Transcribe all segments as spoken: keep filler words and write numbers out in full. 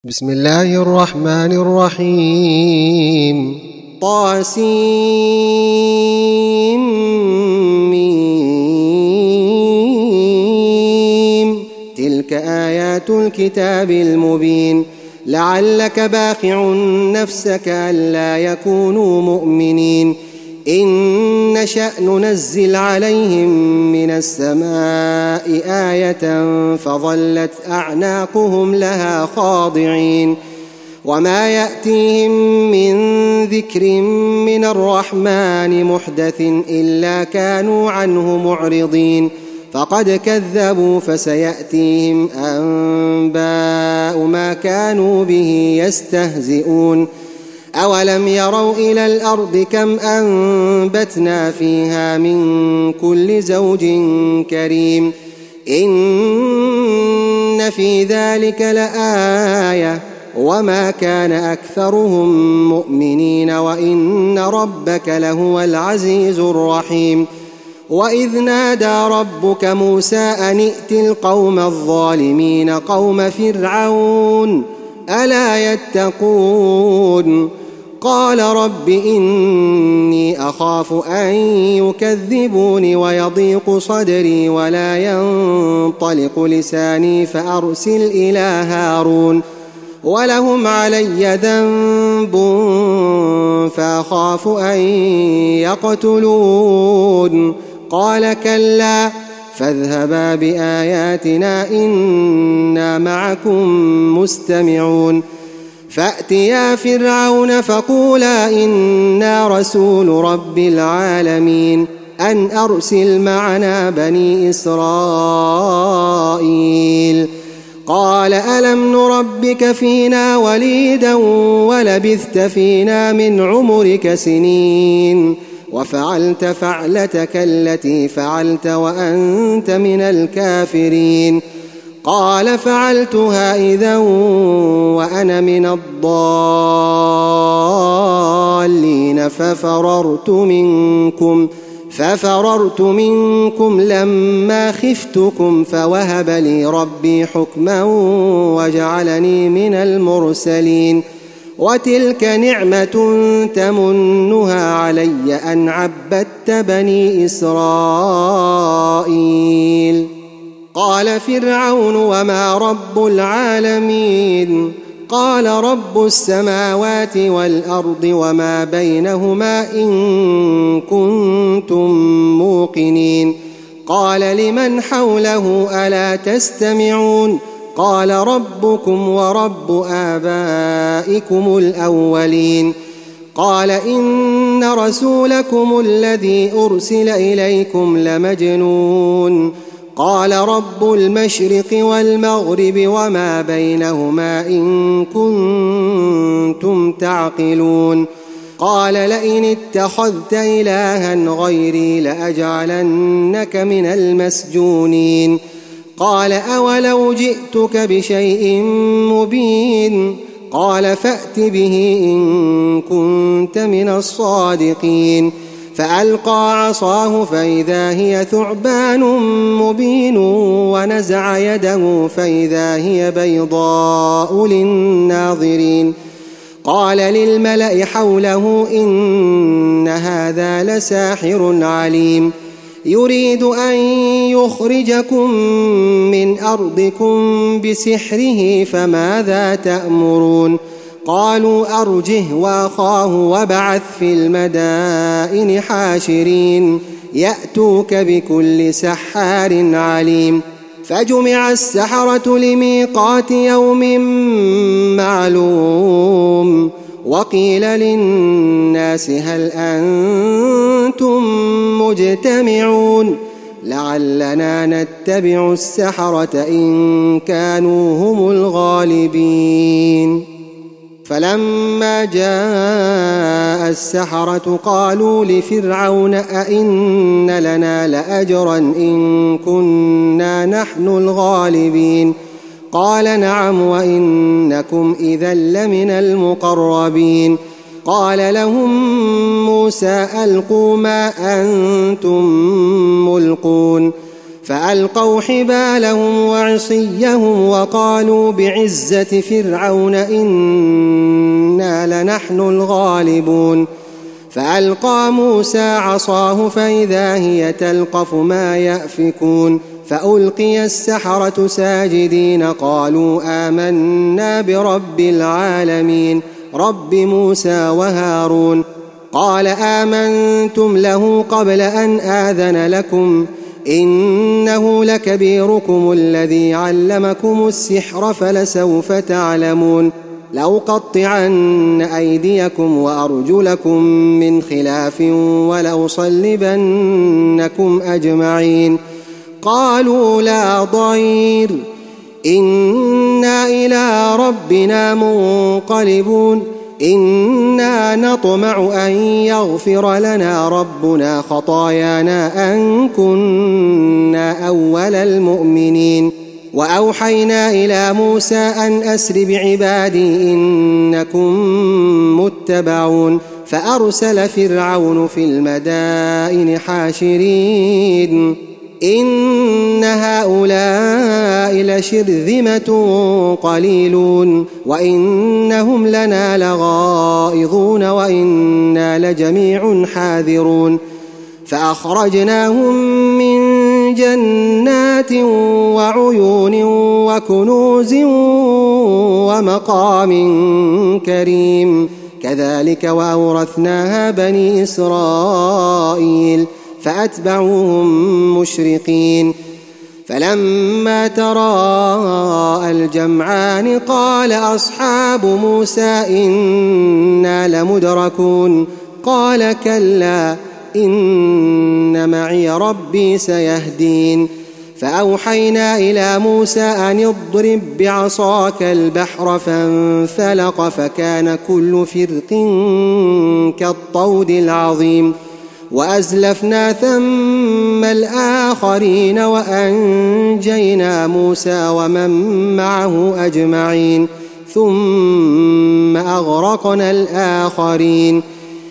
بسم الله الرحمن الرحيم. طاسيم. تلك آيات الكتاب المبين. لعلك باخع نفسك ألا يكونوا مؤمنين إن نشأ ننزل عليهم من السماء آية فظلت أعناقهم لها خاضعين وما يأتيهم من ذكر من الرحمن محدث إلا كانوا عنه معرضين فقد كذبوا فسيأتيهم أنباء ما كانوا به يستهزئون أولم يروا إلى الأرض كم أنبتنا فيها من كل زوج كريم إن في ذلك لآية وما كان أكثرهم مؤمنين وإن ربك لهو العزيز الرحيم. وإذ نادى ربك موسى أن ائت القوم الظالمين قوم فرعون ألا يتقون قال رب إني أخاف أن يكذبون ويضيق صدري ولا ينطلق لساني فأرسل إلى هارون ولهم علي ذنب فأخاف أن يقتلون قال كلا فاذهبا بآياتنا إنا معكم مستمعون فأتيا فرعون فقولا إنا رسول رب العالمين أن أرسل معنا بني إسرائيل قال ألم نربك فينا وليدا ولبثت فينا من عمرك سنين وفعلت فعلتك التي فعلت وأنت من الكافرين قال فعلتها إذا وأنا من الضالين ففررت منكم ففررت منكم لما خفتكم فوهب لي ربي حكما وجعلني من المرسلين وتلك نعمة تمنها علي أن عبدت بني إسرائيل قال فرعون وما رب العالمين قال رب السماوات والأرض وما بينهما إن كنتم موقنين قال لمن حوله ألا تستمعون قال ربكم ورب آبائكم الأولين قال إن رسولكم الذي أرسل إليكم لمجنون قال رب المشرق والمغرب وما بينهما إن كنتم تعقلون قال لئن اتخذت إلها غيري لأجعلنك من المسجونين قال أولو جئتك بشيء مبين قال فأت به إن كنت من الصادقين فألقى عصاه فإذا هي ثعبان مبين ونزع يده فإذا هي بيضاء للناظرين قال للملأ حوله إن هذا لساحر عليم يريد أن يخرجكم من أرضكم بسحره فماذا تأمرون قالوا أرجه وأخاه وابعث في المدائن حاشرين يأتوك بكل سحار عليم فجمع السحرة لميقات يوم معلوم وقيل للناس هل أنتم مجتمعون لعلنا نتبع السحرة إن كانوا هم الغالبين فلما جاء السحرة قالوا لفرعون أئن لنا لأجرا إن كنا نحن الغالبين قال نعم وإنكم إذا لمن المقربين قال لهم موسى ألقوا ما أنتم ملقون فألقوا حبالهم وعصيهم وقالوا بعزة فرعون إنا لنحن الغالبون فألقى موسى عصاه فإذا هي تلقف ما يأفكون فألقي السحرة ساجدين قالوا آمنا برب العالمين رب موسى وهارون قال آمنتم له قبل أن آذن لكم إنه لكبيركم الذي علمكم السحر فلسوف تعلمون لأقطعن أيديكم وأرجلكم من خلاف ولأصلبنكم أجمعين قالوا لا ضير إنا إلى ربنا منقلبون إنا نطمع أن يغفر لنا ربنا خطايانا أن كنا أول المؤمنين وأوحينا إلى موسى أن أسر بعبادي إنكم متبعون فأرسل فرعون في المدائن حاشرين إن هؤلاء لشرذمة قليلون وإنهم لنا لغائظون وإنا لجميع حاذرون فأخرجناهم من جنات وعيون وكنوز ومقام كريم كذلك وأورثناها بني إسرائيل فأتبعوهم مشرقين فلما تراءى الجمعان قال أصحاب موسى إنا لمدركون قال كلا إن معي ربي سيهدين فأوحينا إلى موسى أن اضرب بعصاك البحر فانفلق فكان كل فرق كالطود العظيم وأزلفنا ثم الآخرين وأنجينا موسى ومن معه أجمعين ثم أغرقنا الآخرين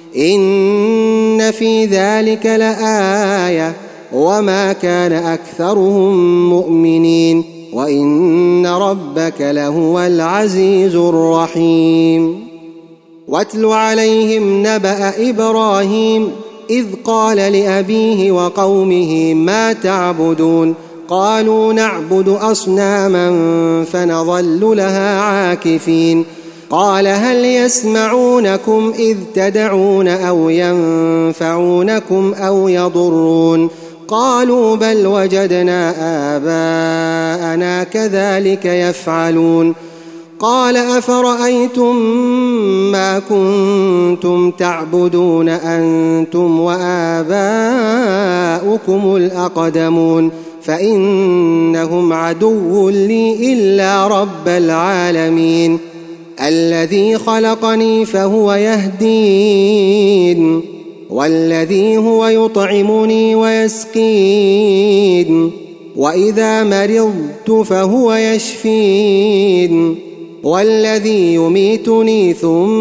إن في ذلك لآية وما كان أكثرهم مؤمنين وإن ربك لهو العزيز الرحيم واتل عليهم نبأ إبراهيم إذ قال لأبيه وقومه ما تعبدون قالوا نعبد أصناما فنظل لها عاكفين قال هل يسمعونكم إذ تدعون أو ينفعونكم أو يضرون قالوا بل وجدنا آباءنا كذلك يفعلون قال أفرأيتم ما كنتم تعبدون أنتم وآباؤكم الأقدمون فإنهم عدو لي إلا رب العالمين الذي خلقني فهو يهدين والذي هو يطعمني ويسقين وإذا مرضت فهو يشفين والذي يميتني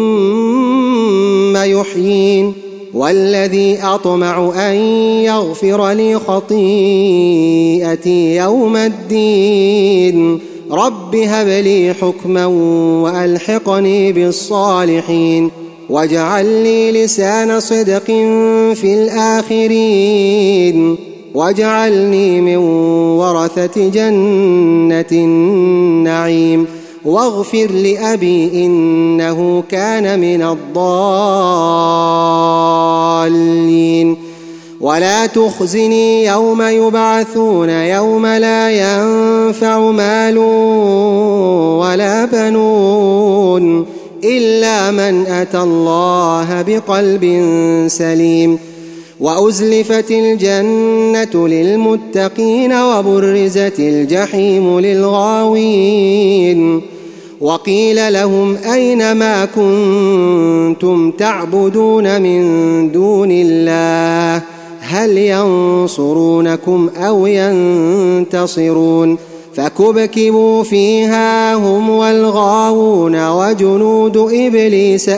ثم يحيين والذي أطمع أن يغفر لي خطيئتي يوم الدين رب هب لي حكما وألحقني بالصالحين واجعل لي لسان صدق في الآخرين واجعلني من ورثة جنة النعيم واغفر لأبي إنه كان من الضالين ولا تخزني يوم يبعثون يوم لا ينفع مال ولا بنون إلا من أتى الله بقلب سليم وأزلفت الجنة للمتقين وبرزت الجحيم للغاوين وقيل لهم أين ما كنتم تعبدون من دون الله هل ينصرونكم أو ينتصرون فكبكبوا فيها هم والغاوون وجنود إبليس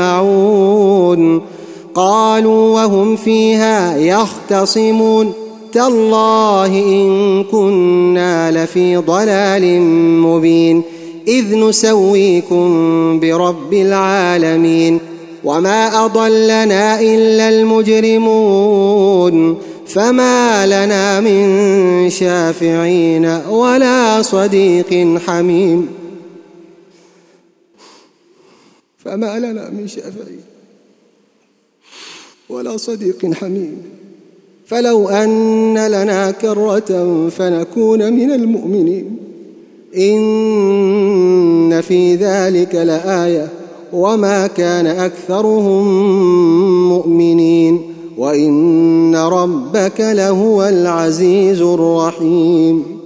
أجمعون قالوا وهم فيها يختصمون تالله إن كنا لفي ضلال مبين إذ نسويكم برب العالمين وما أضلنا إلا المجرمون فما لنا من شافعين ولا صديق حميم فما لنا من شافعين ولا صديق حميم فلو أن لنا كرة فنكون من المؤمنين إن في ذلك لآية وما كان أكثرهم مؤمنين وإن ربك لهو العزيز الرحيم